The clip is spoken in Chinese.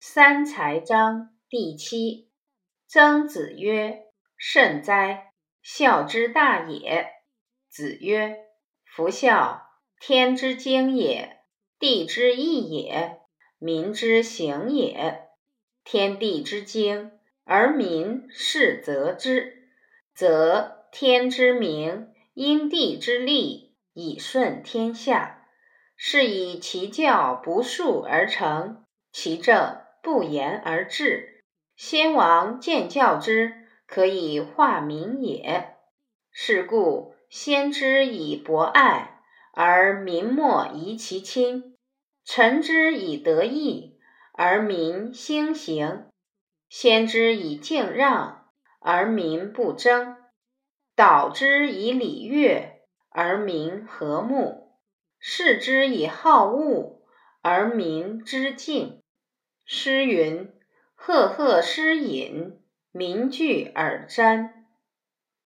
三才章第七。曾子曰：慎哉，孝之大也。子曰：夫孝，天之经也，地之义也，民之行也。天地之经，而民视则之，则天之明，因地之利，以顺天下。是以其教不述而成，其政不言而治。先王建教之，可以化民也。是故先之以博爱，而民莫疑其亲；臣之以德义，而民兴行；先之以敬让，而民不争；导之以礼乐，而民和睦；示之以好恶，而民知敬。诗云：赫赫诗隐，民聚而瞻。